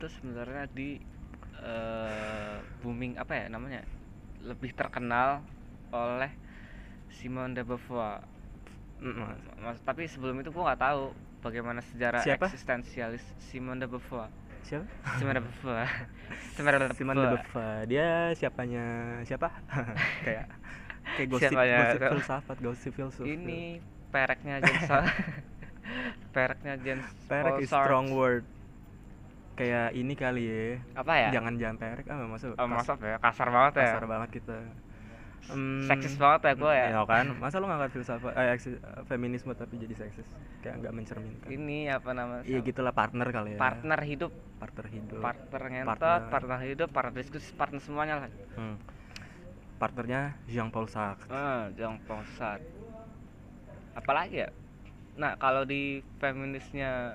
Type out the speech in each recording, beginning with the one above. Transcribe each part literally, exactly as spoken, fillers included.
itu sebenarnya di eh, booming apa ya namanya, lebih terkenal oleh Simone de Beauvoir. Mm-mm. Mas, mas- tapi sebelum itu gua nggak tahu bagaimana sejarah Siapa? eksistensialis Simone de Beauvoir. Siapa? Simone de Beauvoir. Simone de Simon de Beauvoir. Beauvoir. Dia siapanya siapa? kayak kayak gosip Siapa ya? gosip filsafat, gosip filsuf gitu. Ini pereknya James Sa- pereknya James Perek Paul is strong Sartre. word. Kayak ini kali ya. Apa ya? Jangan jangan perek ah masuk Oh, kas, maaf ya, kasar banget ya. kasar banget kita. Seksis Hmm, banget ya gue ya. ya kan, masa lu ngangkat filsafat eh, eksis- feminisme tapi jadi seksis, kayak nggak mencerminkan. Ini apa namanya? Iya gitulah, partner kali ya. Partner hidup, Partner hidup. partner ngentot, Partner. partner hidup, partner diskusi, partner semuanya lah. Hmm. Partnernya Jean Paul Sartre. Ah, Jean Paul Sartre. Apalagi ya? Nah, kalau di feminisnya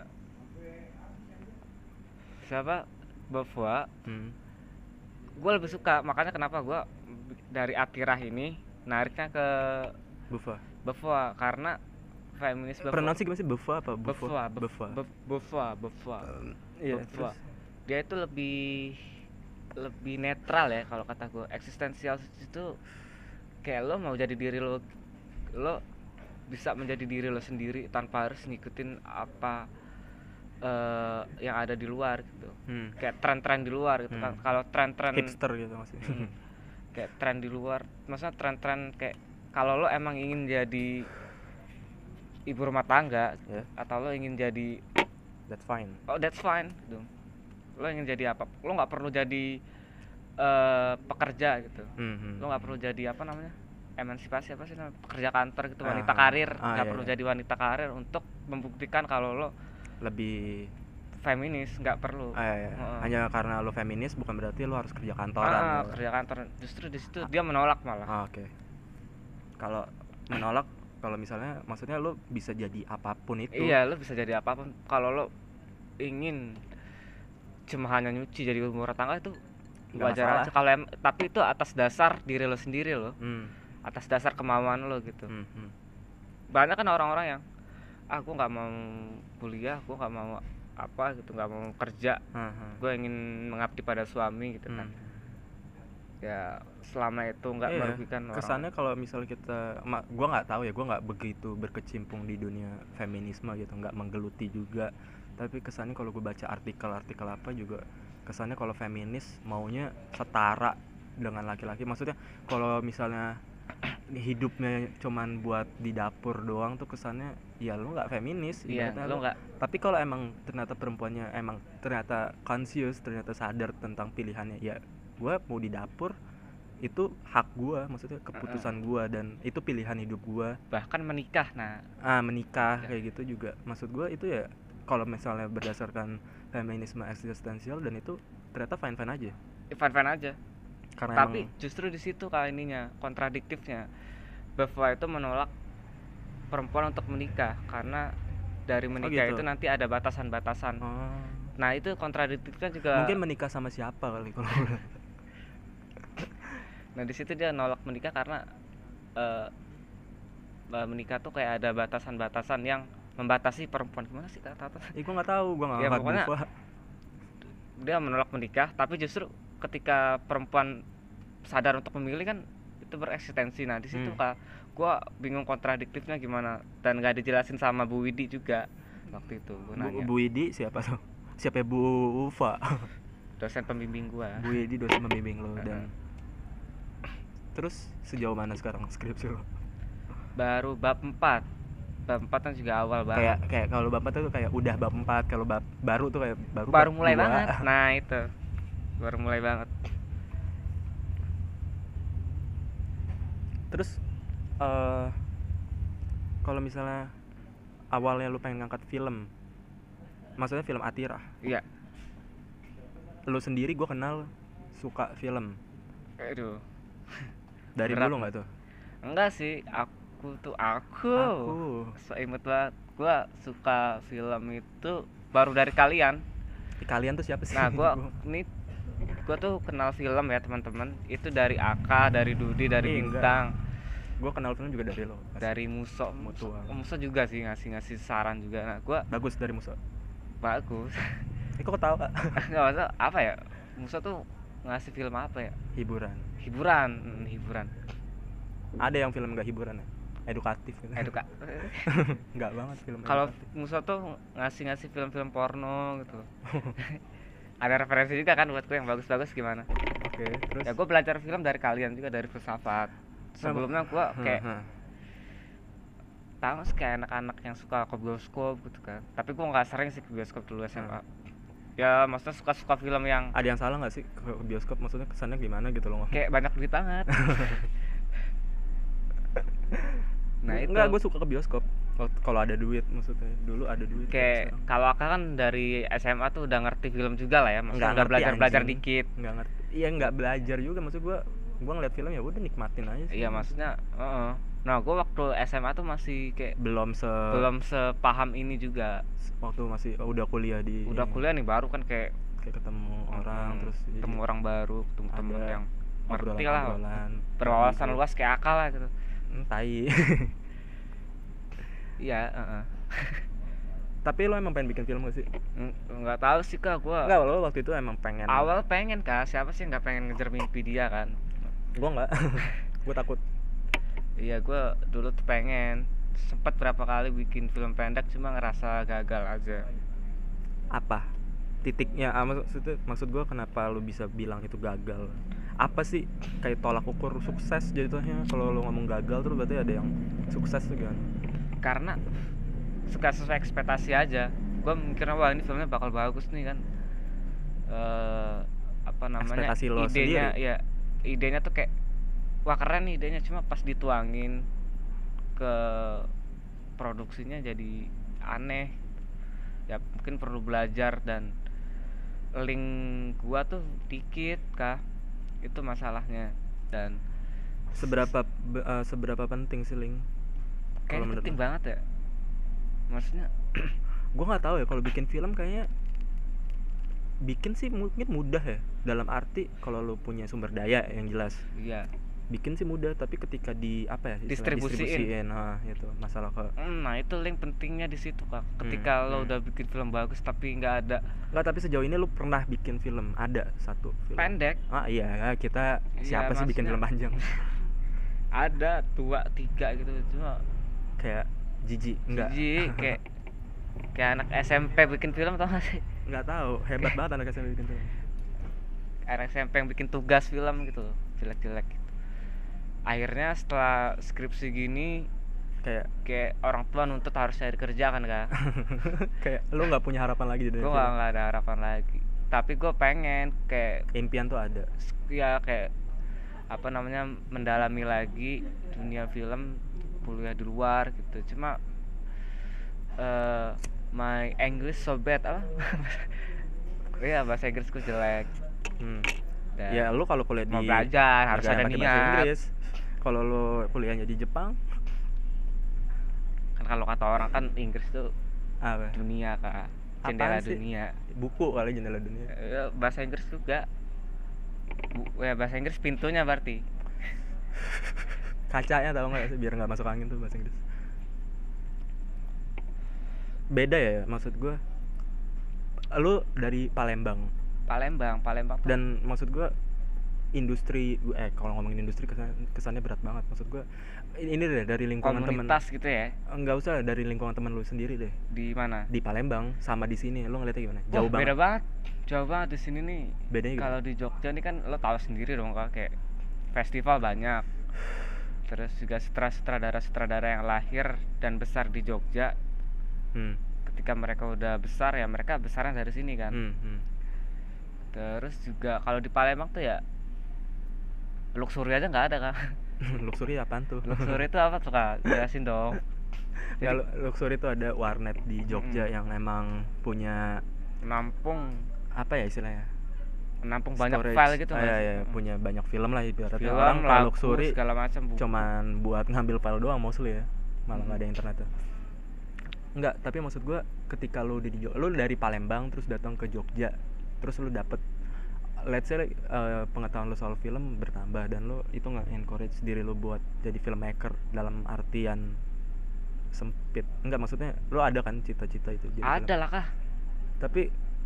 siapa? Beauvoir, Hmm. gue lebih suka. Makanya kenapa gue dari Atirah ini nariknya ke Beauvoir. Beauvoir karena feminis Beauvoir. Pronounsi gimana sih? Beauvoir apa Beauvoir? Beauvoir, Beauvoir. Beau- Beauvoir, Beauvoir. Um, iya, Beauvoir. terus Dia itu lebih lebih netral ya kalau kata gue. Eksistensial itu kayak lo mau jadi diri lo, lo bisa menjadi diri lo sendiri tanpa harus ngikutin apa eh, yang ada di luar gitu. hmm. Kayak tren-tren di luar gitu kan. Hmm. Kalau tren-tren hipster gitu maksudnya. Hmm. kayak tren di luar, maksudnya tren-tren kayak kalau lo emang ingin jadi ibu rumah tangga Yeah. atau lo ingin jadi, That's fine. oh that's fine gitu. Lo ingin jadi apa, lo nggak perlu jadi eh, pekerja gitu. Hmm, hmm. Lo nggak perlu jadi apa namanya, emansipasi apa sih namanya, pekerja kantor gitu, wanita Ah, karir. ah, Nggak iya, perlu iya. jadi wanita karir untuk membuktikan kalau lo Lebih feminis, nggak perlu. ah, iya, iya. Heeh. Hanya karena lo feminis bukan berarti lo harus kerja kantoran. Ah, gitu. kerja kantor, justru di situ dia menolak malah. Ah, oke. Kalau menolak, kalau misalnya maksudnya lo bisa jadi apapun itu. Iya, lo bisa jadi apapun kalau lo ingin cuma hanya nyuci jadi ibu rumah tangga, itu Nggak wajar masalah. aja kalau em- tapi itu atas dasar diri lo sendiri lo, Hmm. atas dasar kemauan lo gitu. Hmm, hmm. Banyak kan orang-orang yang ah gue nggak mau kuliah, gue nggak mau apa gitu, nggak mau kerja, Hmm, hmm. gue ingin mengabdi pada suami gitu kan. Hmm. Ya selama itu nggak Iya, merugikan orang. kesannya kalau misal kita, ma, gue nggak tahu ya, gue nggak begitu berkecimpung di dunia feminisme gitu, nggak menggeluti juga. Tapi kesannya kalau gue baca artikel-artikel apa juga, kesannya kalau feminis maunya setara dengan laki-laki. Maksudnya kalau misalnya hidupnya cuman buat di dapur doang tuh kesannya ya lo nggak feminis. Iya, ibaratnya lo nggak. Tapi kalau emang ternyata perempuannya emang ternyata conscious, ternyata sadar tentang pilihannya, ya gue mau di dapur itu hak gue, maksudnya keputusan gue dan itu pilihan hidup gue. Bahkan menikah, nah Ah, menikah Ya. kayak gitu juga, maksud gue itu ya kalau misalnya berdasarkan feminisme eksistensial dan itu ternyata fine fine aja fine fine aja. karena Tapi emang justru di situ kali ininya kontradiktifnya. Beauvoir itu menolak perempuan untuk menikah karena dari menikah gitu. itu nanti ada batasan-batasan. oh, Nah, itu kontradiktifnya juga. mungkin menikah sama siapa kali kalau Nah, di situ dia nolak menikah karena eh, eh, menikah tuh kayak ada batasan-batasan yang membatasi perempuan. Gimana sih kata-kata? eh, gue nggak tahu, gue nggak Ya, ngangkat pokoknya Beauvoir. Dia menolak menikah, tapi justru ketika perempuan sadar untuk memilih kan itu bereksistensi. Nah, di situ Hmm. kak gua bingung kontradiktifnya gimana, dan gak dijelasin sama Bu Widi juga waktu itu gua Bu, nanya. Bu Widi siapa tuh? Siapa ya? Bu Ufa? Dosen pembimbing gua. Bu Widi dosen pembimbing lo. Dan terus sejauh mana sekarang skripsi lo? Baru bab empat. Bab empat kan juga awal banget. Kayak kayak kalau bab empat tuh kayak udah bab empat, kalau bab baru tuh kayak baru baru bab mulai dua. banget. Nah, itu. Baru mulai banget. Terus eh kalau misalnya awalnya lu pengen ngangkat film, maksudnya film Atirah, Iya. lu sendiri gue kenal suka film Aduh. dari Berat. dulu nggak tuh? Enggak sih, aku tuh aku, Aku. so imut banget. Gua suka film itu baru dari kalian. Kalian tuh siapa sih? Nah, gua ini gua tuh kenal film ya, teman-teman. Itu dari Aka, dari Dudi, dari Eh, enggak. Bintang, Gue kenal film juga dari lo. dari Muso. Mutual. Muso juga sih ngasih-ngasih saran juga. Nah, gua Bagus dari Musa. bagus. Eh, kok ketawa? Nggak maksud apa ya, Musa tuh ngasih film apa ya, Hiburan. hiburan. Hmm, hiburan Ada yang film nggak hiburan ya? Edukatif gitu. eduka Nggak banget film kalau edukatif. Musa tuh ngasih ngasih film-film porno gitu. Ada referensi juga kan buatku yang bagus-bagus gimana. Oke, terus Ya gue belajar film dari kalian juga, dari filsafat. Sebelumnya gue kayak Heeh. tahu sih kayak anak-anak yang suka ke bioskop gitu kan, tapi gue nggak sering sih ke bioskop dulu S M A. Ya maksudnya suka-suka film yang Ada yang salah nggak sih ke bioskop? Maksudnya kesannya gimana gitu loh? kayak banyak duit banget. Nah itu Enggak, gue suka ke bioskop Waktu- kalau ada duit, maksudnya dulu ada duit kayak sekarang. kalau Aka kan dari S M A tuh udah ngerti film juga lah ya, maksudnya Nggak udah ngerti, belajar-belajar anjing. dikit. Nggak ngerti, iya nggak belajar juga, maksud gue gue ngeliat film ya udah nikmatin aja sih. Iya maksudnya heeh. Nah gue waktu S M A tuh masih kayak belum se belum sepaham ini juga. waktu masih oh, udah kuliah di Udah ini. kuliah nih baru kan kayak Kayak ketemu orang hmm, terus jadi ketemu orang baru, ketemu temen ada yang ngerti lah, obrolan-obrolan, berwawasan lebih- luas kayak Aka lah gitu. Hmm, tai. Iya heeh. Tapi lo emang pengen bikin film gak sih? Ng- nggak tahu sih kak, gua Enggak, lo waktu itu emang pengen. awal pengen kak, siapa sih nggak pengen ngejar mimpi dia kan. Gue nggak. Gue takut. Iya gua dulu tuh pengen, sempet berapa kali bikin film pendek cuma ngerasa gagal aja. Apa titiknya? Ah, maksud maksud gue kenapa lo bisa bilang itu gagal? Apa sih kayak tolak ukur sukses jatuhnya? Kalau lo ngomong gagal terus berarti ada yang sukses tuh kan? Karena suka sesuai ekspektasi aja. Gua mikirnya wah ini filmnya bakal bagus nih kan. Eh apa namanya, Ekspektasi lo idenya sendiri? ya, idenya tuh kayak wah keren nih idenya, cuma pas dituangin ke produksinya jadi aneh. Ya mungkin perlu belajar dan link gua tuh dikit kah, itu masalahnya. Dan Seberapa be- eh, seberapa penting sih Link? Kalau kayaknya menurut penting lo? banget ya, maksudnya Gue nggak tahu ya, kalau bikin film kayaknya bikin sih mungkin mudah ya, dalam arti kalau lo punya sumber daya yang jelas iya. bikin sih mudah, tapi ketika di apa ya istilah Distribusiin. distribusiin, nah itu masalah ke Hmm, nah itu link pentingnya di situ kak. Ketika Hmm, lo hmm. udah bikin film bagus tapi nggak ada nggak. Tapi sejauh ini lu pernah bikin film? Ada satu film pendek, ah iya, kita Iya, siapa sih bikin maksudnya- film panjang? ada dua tiga gitu, cuma Kayak Jiji enggak? jijik, kayak kayak anak S M P bikin film tau gak sih? Nggak tahu, hebat banget anak S M P bikin film. Anak S M P yang bikin tugas film gitu, jelek-jelek gitu. Akhirnya setelah skripsi gini Kayak kayak orang tua nuntut harus cari kerja kan kak. kayak lu nggak punya harapan lagi di Gue dunia nggak film. nggak ada harapan lagi, tapi gue pengen kayak Impian tuh ada. ya kayak apa namanya, mendalami lagi dunia film, kuliah di luar gitu. Cuma eh my English so bad apa. Iya bahasa Inggrisku jelek. Hmm. Dan Ya lu kalau kuliah mau di belajar harus negara ada yang pakai bahasa niat. Inggris. Kalau lu kuliahnya di Jepang, Kan kalau kata orang kan Inggris tuh apa? dunia kak, jendela Apaan sih? dunia. Buku kali jendela dunia. Eh, bahasa Inggris juga. Bu, ya bahasa Inggris pintunya berarti. Kacanya tahu nggak sih, biar nggak masuk angin tuh bahasa Inggris. Beda ya, maksud gue. Lu dari Palembang Palembang, Palembang tuh dan maksud gue industri eh kalau ngomongin industri kesan, kesannya berat banget. Maksud gue ini deh dari lingkungan temen. komunitas gitu ya. Enggak usah dari lingkungan temen lu sendiri deh. Di mana? Di Palembang sama di sini lu ngeliatnya gimana? Jauh Wah, banget. beda banget. Jauh banget di sini nih. Bedanya gimana? Kalau di Jogja nih kan lo tahu sendiri dong kak, kayak festival banyak. Terus juga sutradara-sutradara yang lahir dan besar di Jogja. Hmm. Ketika mereka udah besar ya mereka besarnya dari sini kan. Hmm, hmm. Terus juga kalau di Palembang tuh ya luxury aja nggak ada kak. Luxury apaan tuh? Luxury itu apa tuh kak? Jelasin dong. Ya, lu- luxury itu ada warnet di Jogja Mm-mm. yang emang punya Menampung, apa ya istilahnya? menampung banyak Storage. file gitu Ah, nggak iya, sih? iya, Mm. punya banyak film lah ibaratnya. Film, Orang kalau lagu, luxury segala macam buku. cuman buat ngambil file doang mostly ya, malah nggak Hmm. ada internetnya. Enggak, tapi maksud gua ketika lu di Jogja, lu dari Palembang terus datang ke Jogja, terus lu dapet let's say uh, pengetahuan lu soal film bertambah dan lu itu nggak encourage diri lu buat jadi filmmaker dalam artian sempit. Enggak, maksudnya lu ada kan cita-cita itu jadi film. Ada lah kah? Tapi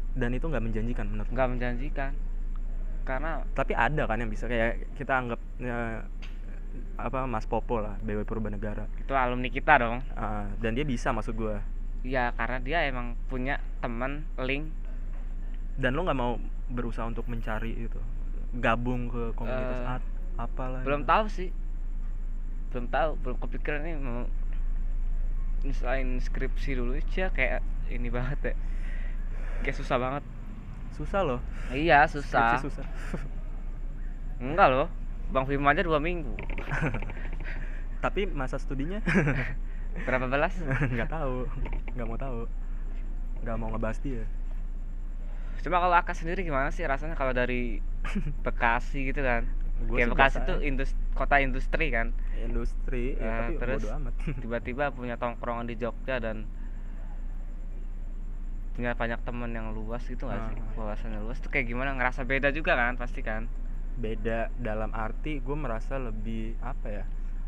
Dan itu nggak menjanjikan menurut lu? nggak menjanjikan karena Tapi ada kan yang bisa, kayak kita anggap ya, apa Mas Popo lah, B W Purbanegara. itu alumni kita dong. Uh, dan dia bisa, maksud gua. Iya, karena dia emang punya teman link. Dan lo nggak mau berusaha untuk mencari itu, gabung ke komunitas Eh, art apalah belum gitu. tahu sih, belum tahu, belum kepikiran nih mau nyelesain skripsi dulu aja, kayak ini banget ya, kayak susah banget. Susah loh. Iya Skripsi susah. susah. Enggak loh, Bang Film aja dua minggu. Tapi masa studinya Berapa belas? nggak tahu, nggak mau tahu, nggak mau ngebahas dia. Cuma kalau Aka sendiri gimana sih rasanya kalau dari Bekasi gitu kan? Gua Kayak sih Bekasi biasa tuh aja. indus- kota industri kan. Industri ya, Nah, tapi terus bodo amat. tiba-tiba punya tongkrongan di Jogja dan punya banyak temen yang luas gitu nggak sih? Ah. Wawasannya luas tuh kayak gimana? Ngerasa beda juga kan pasti kan? Beda dalam arti gue merasa lebih apa ya,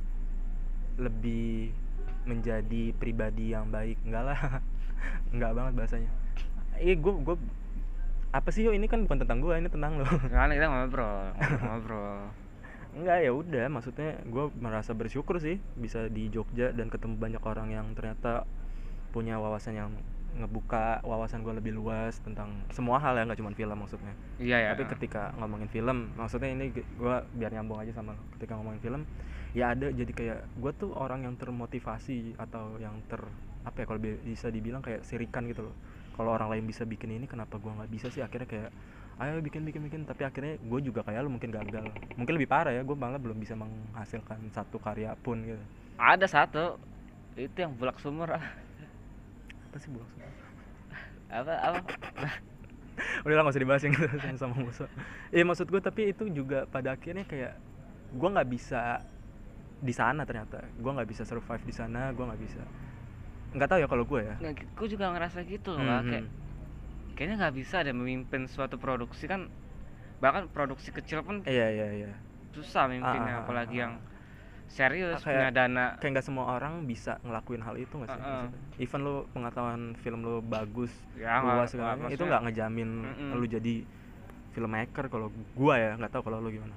lebih menjadi pribadi yang baik. Enggak lah. Enggak banget bahasanya. Iya, gue gue apa sih, yo ini kan bukan tentang gue, ini tentang lo. Karena kita ngobrol, ngobrol. Enggak, ya udah, maksudnya gue merasa bersyukur sih bisa di Jogja dan ketemu banyak orang yang ternyata punya wawasan yang ngebuka wawasan gue lebih luas tentang semua hal ya, nggak cuma film maksudnya. Iya ya. Tapi ketika ngomongin film, maksudnya ini gue biar nyambung aja sama lo. Ketika ngomongin film, ya ada jadi kayak gue tuh orang yang termotivasi atau yang ter apa ya, kalau bisa dibilang kayak sirikan gitu loh. Kalau orang lain bisa bikin ini, kenapa gue nggak bisa sih? Akhirnya kayak ayo bikin bikin bikin. Tapi akhirnya gue juga kayak lo, mungkin gagal, mungkin lebih parah ya, gue malah belum bisa menghasilkan satu karya pun gitu. Ada satu itu yang Bulak Sumur. Apa sih Bulak Sumur? apa apa Udah lah, nggak usah dibahas yang itu yang sama musuh. Iya, maksud gue, tapi itu juga pada akhirnya kayak gue nggak bisa di sana, ternyata gue nggak bisa survive di sana, gue nggak bisa, nggak tahu ya kalau gue ya. Nah, gue juga ngerasa gitu loh, Hmm, kayak kayaknya nggak bisa deh memimpin suatu produksi kan, bahkan produksi kecil pun iya iya iya susah mimpinnya, Ah, ah, apalagi ah, yang serius, Ah, kayak- punya dana. kayak nggak semua orang bisa ngelakuin hal itu nggak sih? Ah, ah. Maksudnya, even lo pengetahuan film lo bagus, Ya, luas nggak- segala macam, maksudnya- itu nggak ngejamin Mm-mm. lo jadi filmmaker. Kalau gua ya nggak tahu kalau lo gimana.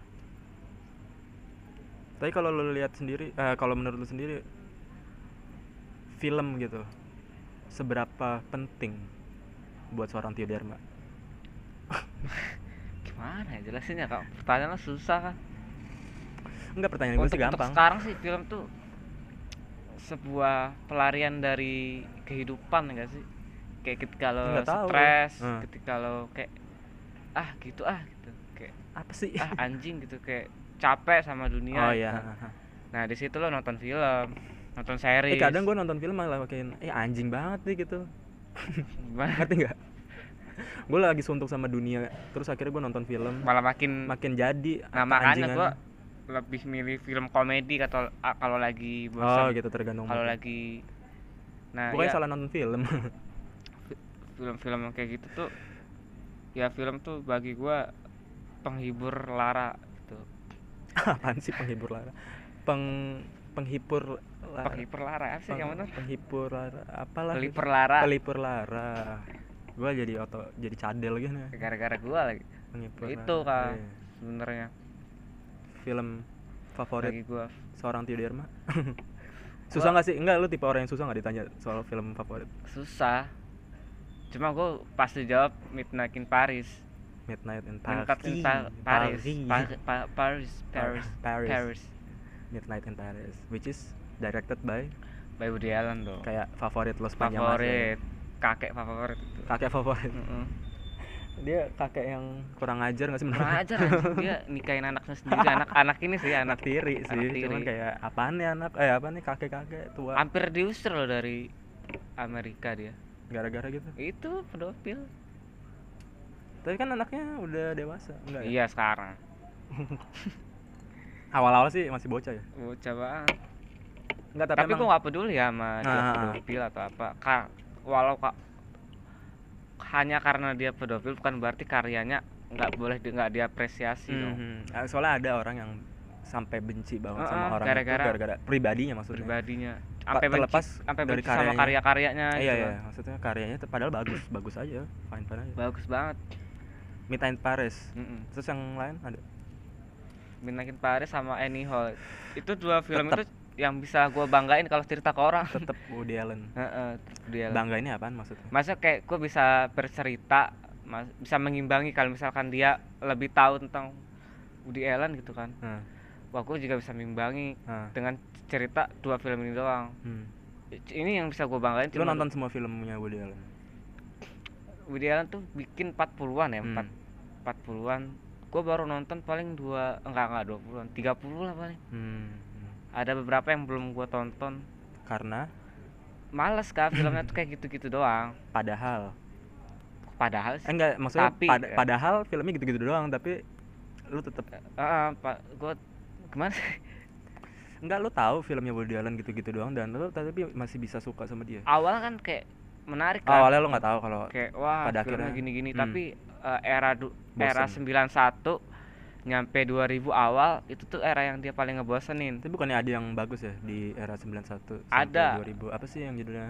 Tapi kalau lo lihat sendiri, eh, kalau menurut lo sendiri, film gitu seberapa penting buat seorang Tio Dharma? Gimana ya jelasinnya, kak? Pertanyaannya susah kan. Enggak, pertanyaan gue Untuk, sih untuk gampang. sekarang sih film tuh sebuah pelarian dari kehidupan, enggak sih? Kayak ketika lo Nggak tahu. stres, Hmm. ketika lo kayak ah gitu ah gitu, kayak Apa sih? ah anjing gitu, kayak capek sama dunia. Oh gitu iya. kan. Nah di situ lo nonton film, nonton series. Eh kadang gue nonton film malah makin eh anjing banget nih gitu. Gimana? Ngerti nggak? Gue lagi suntuk sama dunia, terus akhirnya gue nonton film, Malah makin. makin jadi Nah makanya keanjingan. gue lebih milih film komedi atau ah, kalau lagi Oh bosan, gitu, tergantung kalau mood. lagi. Nah Bukannya ya, salah nonton film. film-film yang kayak gitu tuh, ya film tuh bagi gue penghibur lara gitu. Apaan sih penghibur lara? Peng penghibur lara. Penghibur lara apa sih Peng- yang bener? penghibur lara apalah? Pelipur lara. Pelipur lara. Gue jadi oto jadi cadel gitu. Gara-gara gue lagi. Penghibur Itu lara. kan Iya. sebenarnya Film favorit bagi gue. seorang Tio Dharma. Susah nggak sih? Enggak, lu tipe orang yang susah nggak ditanya soal film favorit? Susah. Cuma gue pasti jawab Midnight in Paris. Midnight in Paris. Midnight in Pa- Paris. Paris. Pa- Pa- Paris. Paris. Paris. Paris. Midnight in Paris, which is directed by By Woody Allen dong. kayak favorit lo sepanjang Favorit. Kakek favorit itu. masa. Kakek favorit. Mm-mm. Dia kakek yang kurang ajar nggak sih Kurang menurut? ajar anjing, dia nikahin anaknya sendiri. Anak-anak ini sih Anak anak tiri sih, anak tiri. cuman kayak apaan nih anak? Eh apa nih kakek-kakek tua? hampir diusir loh dari Amerika dia. Gara-gara gitu. Itu pedofil. Tapi kan anaknya udah dewasa, enggak ya? Iya sekarang. Awal-awal sih masih bocah ya. Bocah banget. Enggak, tapi, Tapi emang gue nggak peduli sama dia Ah, ah, ah. pedofil atau apa. Ka- walau kak hanya karena dia pedofil bukan berarti karyanya nggak boleh di, nggak diapresiasi dong. Mhm. Ah, soalnya ada orang yang sampai benci banget Ah, sama ah, orang gara-gara- itu gara-gara pribadinya maksudnya. Pribadinya. sampai benci terlepas sampai dari benci sama karyanya. karya-karyanya Eh, gitu iya kan. iya, maksudnya karyanya tuh padahal bagus, bagus aja, fine fine aja. Bagus banget. Midnight Paris. Mm-mm. Terus yang lain ada? Midnight in Paris sama Annie Hall. Itu dua film Tetep. itu yang bisa gue banggain kalau cerita ke orang. Tetep Woody Allen. Heeh, dia. Bangga ini apaan maksudnya? Masa kayak gue bisa bercerita, mas, bisa mengimbangi kalau misalkan dia lebih tahu tentang Woody Allen gitu kan. Nah, Wah, gue juga bisa mengimbangi nah. dengan cerita dua film ini doang. Hmm. Ini yang bisa gue banggain. Lu cuma nonton semua filmnya Woody Allen? Woody Allen tuh bikin empat puluhan ya, Hmm. empat empat puluhan. Gue baru nonton paling dua, enggak enggak dua puluhan, tiga puluh lah paling. Hmm. hmm. Ada beberapa yang belum gue tonton. Karena Males kah filmnya tuh kayak gitu-gitu doang. padahal Padahal eh, sih. enggak maksudnya Tapi, pad- ya. padahal filmnya gitu-gitu doang tapi lu tetep Heeh, Pak, gue gimana sih? enggak, lu tahu filmnya Woody Allen gitu-gitu doang dan lu tapi masih bisa suka sama dia. Awalnya kan kayak menarik Oh, kan. awalnya lu nggak tahu kalau Kayak wah, pada filmnya akhirnya, gini-gini, hmm. tapi eh, era du- era Bosen. sembilan puluh satu nyampe dua ribu awal itu tuh era yang dia paling ngebosenin. Tapi bukannya ada yang bagus ya di era sembilan puluh satu Ada. sampai dua ribu. Apa sih yang judulnya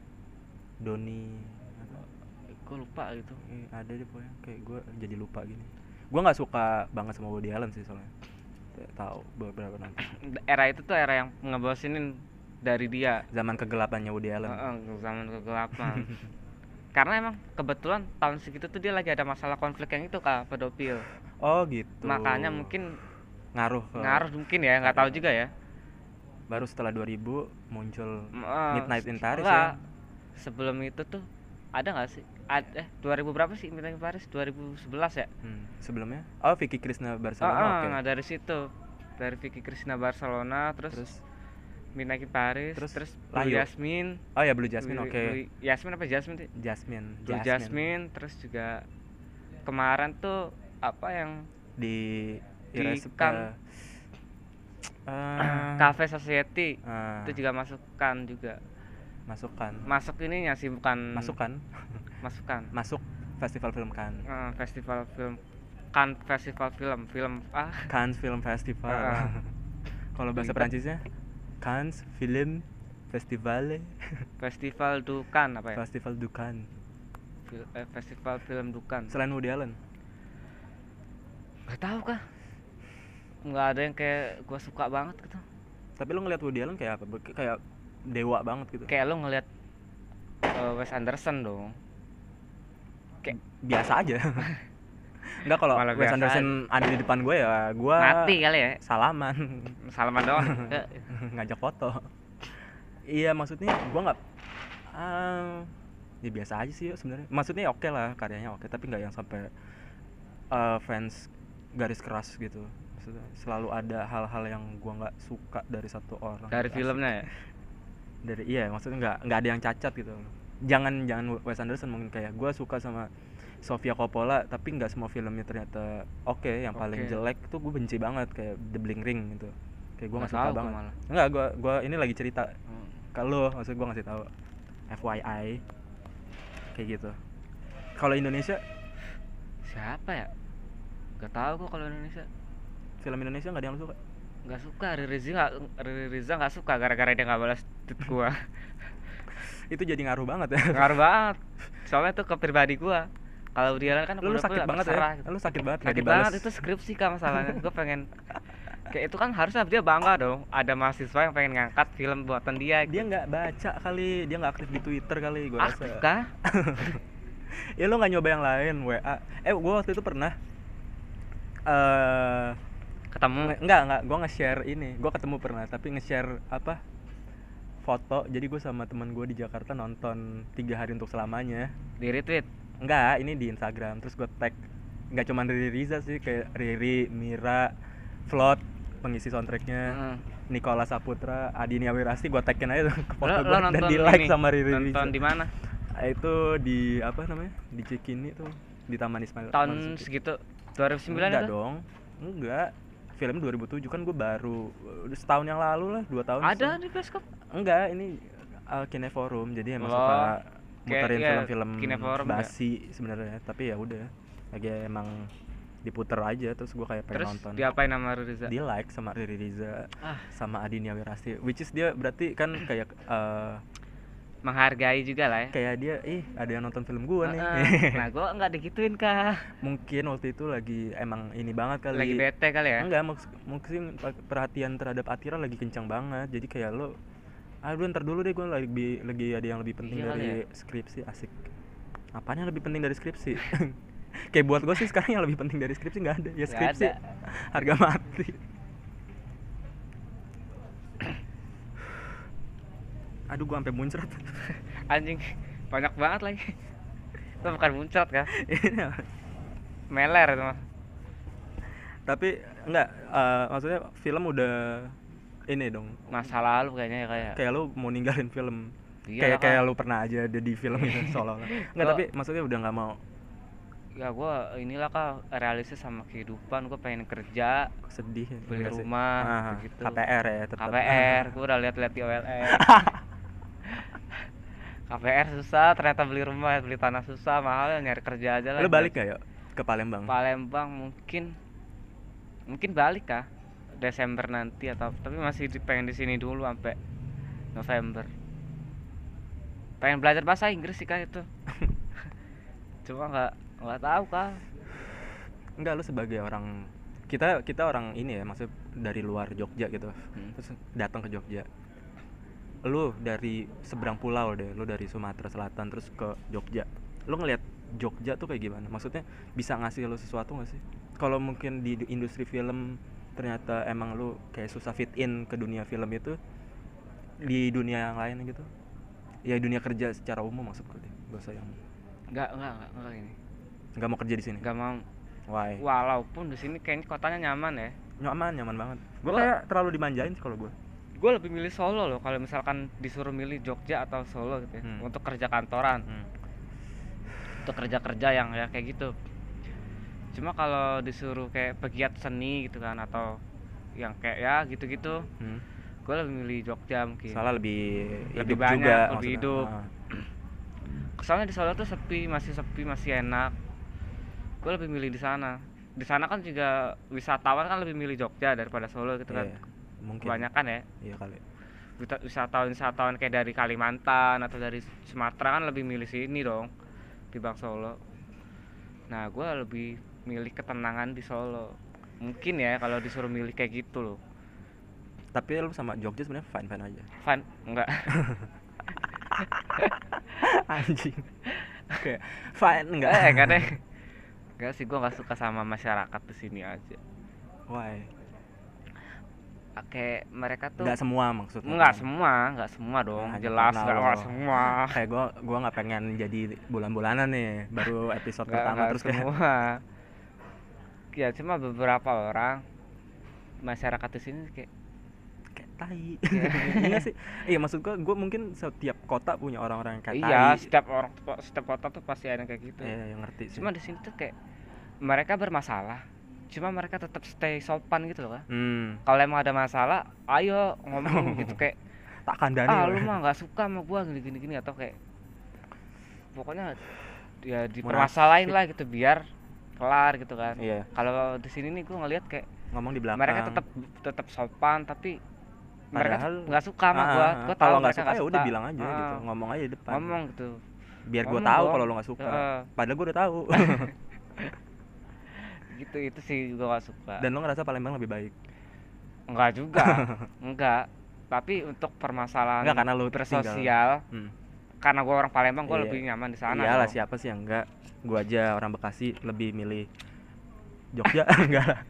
Doni apa? Gue lupa gitu. Eh, ada deh pokoknya kayak gue jadi lupa gini. Gue nggak suka banget sama Woody Allen sih soalnya. Kayak tahu beberapa nanti. Era itu tuh era yang ngebosenin dari dia. Zaman kegelapannya Woody Allen. Heeh, zaman kegelapan. Karena emang kebetulan tahun segitu tuh dia lagi ada masalah konflik yang itu kak, pedofil. Oh gitu. Makanya mungkin ngaruh ke- ngaruh mungkin ya, nggak tahu juga ya. Baru setelah dua ribu muncul Eh, Midnight in Paris enggak. ya. Sebelum itu tuh ada nggak sih? Ad, eh dua ribu berapa sih Midnight in Paris? dua ribu sebelas ya? Hmm, sebelumnya oh Vicky Krishna Ah, Barcelona. ah, Oke. nah dari situ, dari Vicky Cristina Barcelona, terus, Terus Midnight in Paris, terus terus, Blue Layu. Jasmine. oh ya Blue Jasmine. Blue- Oke. Blue- Jasmine apa Jasmine sih? Jasmine. Blue Jasmine. Terus juga kemarin tuh apa yang Di Di Irresp- Cannes. eh, Cafe Society ah, itu juga masukkan juga. masukkan Masuk ininya sih bukan masukkan masukkan. masuk festival film Cannes. Eh, festival film kan festival film film ah Cannes Film Festival. Ah. Kalau bahasa Ribet. Perancisnya Cannes Film Festival. festival Dukan apa ya? Festival du Cannes. Fil- eh, festival film Dukan. Selain Woody Allen. Gak tahu kah? Nggak ada yang kayak gue suka banget gitu. Tapi lu ngeliat Woody Allen kayak apa? Be- Kayak dewa banget gitu. Kayak lo ngelihat eh, Wes Anderson dong. Kayak Biasa aja. Enggak, kalau Malah Wes biasa Anderson ada di depan gue ya gue mati kali ya. salaman. Salaman doang. Ke- Ngajak foto. Iya, maksudnya gue nggak ah, ya biasa aja sih ya sebenarnya. Maksudnya oke lah, karyanya oke, tapi nggak yang sampai eh, fans garis keras gitu. Maksudnya selalu ada hal-hal yang gue nggak suka dari satu orang. Dari Asik. filmnya ya. Dari iya, maksudnya nggak nggak ada yang cacat gitu. Jangan jangan Wes Anderson, mungkin kayak gue suka sama Sofia Coppola, tapi nggak semua filmnya ternyata oke. Yang paling Oke. jelek tuh gue benci banget, kayak The Bling Ring gitu. Kayak gue nggak Nggak suka tahu gua banget. malah. Enggak, gue gua ini lagi cerita Hmm. kalau maksud gue ngasih tahu F Y I kayak gitu. Kalau Indonesia, Siapa ya? Gak tahu kok kalau Indonesia. film Indonesia nggak ada yang lu suka? Nggak suka. Riri Riza nggak Riri Riza nggak suka gara-gara dia nggak balas tweet gua. Itu jadi ngaruh banget ya. Ngaruh banget. Soalnya tuh ke pribadi gua. Kalau dia kan Lu, lu udah- sakit udah banget terserah ya. gitu. Lu sakit banget nggak Sakit dibalas. banget itu skripsi kan masalahnya. Gue pengen kayak itu kan harusnya dia bangga dong. Ada mahasiswa yang pengen ngangkat film buatan dia. Dia nggak baca kali, dia nggak aktif di Twitter kali, gue rasa. aktif kah? Ya lu nggak nyoba yang lain, W A. Eh, gue waktu itu pernah eh Ketemu. nge- enggak enggak gue nge-share ini. Gue ketemu pernah, tapi nge-share apa? Foto. Jadi gue sama teman gue di Jakarta nonton Tiga Hari Untuk Selamanya. Di retweet. Enggak, ini di Instagram. Terus gue tag nggak cuma Riri Riza sih, kayak Riri, Mira, Float pengisi soundtracknya, Heeh. Nicholas Saputra, Adinia Wirasti, gue tagin aja tuh ke foto Lo, gue lo dan nonton di like ini, sama Riri nonton Riza. di mana? Itu di apa namanya, di Cikini tuh, di Taman Ismail Tahun Marzuki. segitu dua ribu sembilan Enggak itu? dong, enggak, film dua ribu tujuh kan, gue baru udah setahun yang lalu lah, dua tahun Ada setahun. di bioskop. Enggak, ini uh, Kineforum, jadi emang Oh, suka kayak, muterin iya, film-film Kineforum basi sebenarnya, tapi ya udah, lagi emang diputer aja terus gue kayak pengen Terus nonton. diapain sama Riza? Di like sama Riri Riza Ah, sama Adinia Wirasti, which is dia berarti kan kayak eh, menghargai juga lah ya. kayak dia ih ada yang nonton film gue nih. Heeh. Nah, gua nggak digituin kah? Mungkin waktu itu lagi emang ini banget kali. Lagi bete kali ya? Enggak, maks- mungkin perhatian terhadap Atira lagi kencang banget. Jadi kayak lo, ah lu ntar dulu deh, gue lagi lagi ada yang lebih penting Iya kali dari skripsi. Asik. Apanya yang lebih penting dari skripsi? Kayak buat gue sih sekarang yang lebih penting dari skripsi nggak ada. Ya Nggak skripsi ada. harga mati. Aduh, gue sampai muncrat. Anjing, banyak banget lagi. Itu bukan muncrat kan? Meler itu mah. Tapi enggak, eh, maksudnya film udah ini dong. Masa lalu kayaknya ya kayak. Kayak lu mau ninggalin film. Iya kayak lah, kayak Kak. lu pernah aja ada di film itu seolah-olah. Enggak, Gua- tapi maksudnya udah nggak mau. Ya gua inilah kak realistis sama kehidupan. Gua pengen kerja, Sedih ya, beli enggak sih? rumah, Ah, gitu. K P R ya tetap. K P R, gua udah lihat-lihat di O L X. K P R susah, ternyata beli rumah, beli tanah susah, mahal, nyari kerja aja lah. Lu balik gak yuk ke Palembang? Palembang mungkin mungkin balik kah Desember nanti atau tapi masih di- pengen di sini dulu sampai November. Pengen belajar bahasa Inggris sih kak itu. Cuma nggak nggak tahu kak. Enggak, lu sebagai orang, kita kita orang ini ya, maksudnya dari luar Jogja gitu. Hmm. Terus datang ke Jogja. Lu dari seberang pulau deh, lu dari Sumatera Selatan terus ke Jogja. Lu ngelihat Jogja tuh kayak gimana? Maksudnya bisa ngasih lu sesuatu gak sih? Kalau mungkin di di industri film ternyata emang lu kayak susah fit in ke dunia film itu, di dunia yang lain gitu. Ya dunia kerja secara umum maksudku deh. Gak usah yang Nggak nggak nggak nggak ini. nggak mau kerja di sini. Nggak mau. Why? Walaupun di sini kayaknya kotanya nyaman ya. Nyaman, nyaman banget. Gue Gua- kayak terlalu dimanjain sih kalau gue. Gue lebih milih Solo loh kalau misalkan disuruh milih Jogja atau Solo gitu ya. Hmm. Untuk kerja kantoran. Hmm. Untuk kerja-kerja yang ya kayak gitu. Cuma kalau disuruh kayak pegiat seni gitu kan atau yang kayak ya gitu-gitu, Hmm. gue lebih milih Jogja mungkin. Soalnya lebih Lebih hidup banyak, juga lebih maksudnya. hidup. Ah. Soalnya di Solo tuh sepi, masih sepi, masih enak. Gue lebih milih di sana. Di sana kan juga wisatawan kan lebih milih Jogja daripada Solo gitu kan. Iya, mungkin. Kebanyakan ya. Iya kali. Wita- Wisatawan-wisatawan kayak dari Kalimantan atau dari Sumatera kan lebih milih sini dong dibanding Solo. Nah, gue lebih milih ketenangan di Solo. Mungkin ya kalau disuruh milih kayak gitu loh. Tapi lu sama Jogja sebenarnya fine fine aja. Fun enggak? Anjing. Oke, fine enggak? Eh, enggak deh. Enggak sih, gue nggak suka sama masyarakat di sini aja. Why? Kayak mereka tuh Enggak semua maksudnya. enggak kan? semua, enggak semua dong. Hanya Jelas karena enggak lo- enggak semua. Kayak gua gua enggak pengen jadi bulan-bulanan nih, baru episode Enggak pertama enggak terus kayak semua. Ya cuma beberapa orang masyarakat di sini kayak kayak tai. Iya. Iya sih. Iya, maksud gua gua mungkin setiap kota punya orang-orang yang kayak iya, tai. setiap orang setiap kota tuh pasti ada kayak gitu. Iya, yang ngerti sih. Cuma di sini tuh kayak mereka bermasalah, cuma mereka tetap stay sopan gitu loh kan. Hmm. Kalau emang ada masalah, ayo ngomong gitu kayak Tak kandani. ah lo. lu mah nggak suka sama gua gini gini gini atau kayak pokoknya ya Munafik. dipermasalahin lah gitu biar kelar gitu kan. Iya, Kalau di sini nih gua ngelihat kayak ngomong di belakang. mereka tetap tetap sopan tapi mereka Padahal nggak suka sama Ah, gua. ah, Gua tahu kalau nggak mereka suka nggak ya suka. udah bilang aja Ah, gitu, ngomong aja di depan. ngomong gitu. Biar gue ngomong tahu dong. kalau lo nggak suka. Heeh. Padahal gue udah tahu. Gitu itu sih gua gak suka. Dan lo ngerasa Palembang lebih baik. Enggak juga. Enggak. Tapi untuk permasalahan Enggak, karena lu bersosial, Hmm. karena gua orang Palembang gua Iya. lebih nyaman di sana. Iyalah, dong. siapa sih yang enggak? Gue aja orang Bekasi lebih milih Jogja. Enggak lah.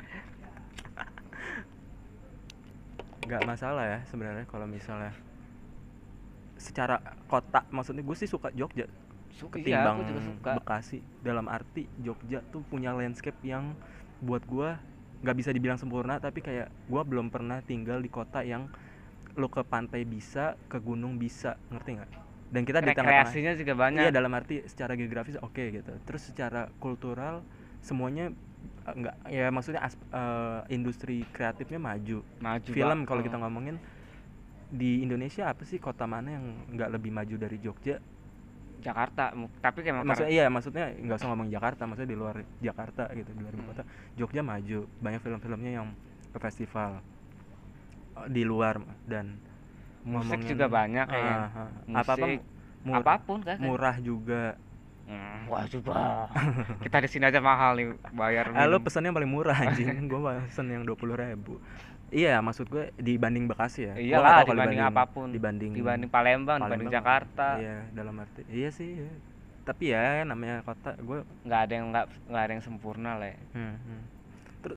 Enggak masalah ya sebenarnya kalau misalnya secara kota, maksudnya gue sih suka Jogja Suka, iya, ketimbang aku juga suka. Bekasi. Dalam arti Jogja tuh punya landscape yang buat gua nggak bisa dibilang sempurna, tapi kayak gua belum pernah tinggal di kota yang lo ke pantai bisa, ke gunung bisa, ngerti nggak? Dan kita di tengah-tengah. Rekreasinya juga banyak. Iya, dalam arti secara geografis oke gitu. Terus secara kultural semuanya eh, nggak, ya maksudnya as- eh, industri kreatifnya maju. Maju Film banget. kalau kita ngomongin di Indonesia apa sih kota mana yang nggak lebih maju dari Jogja? Jakarta, mu- tapi kayak Maksudnya karena iya, maksudnya nggak usah ngomong Jakarta, maksudnya di luar Jakarta gitu, di luar ibu hmm, kota. Jogja maju, banyak film-filmnya yang ke festival eh, di luar. Dan musik ngomongin juga banyak kayak ah, ah, apa-apa musik mur- apapun kan. murah juga. Hmm, wah coba kita di sini aja mahal nih bayar Ah, lo minum. pesannya yang paling murah anjing. Gue pesen yang dua puluh ribu. Iya, maksud gue dibanding Bekasi ya. Gua nggak Iyalah tahu kalau dibanding apapun, dibanding dibanding Palembang, dibanding Palembang. Jakarta, Iya, dalam arti. Iya sih. Iya. Tapi ya namanya kota gue. nggak ada yang nggak nggak ada yang sempurna lah ya. Hmm, hmm.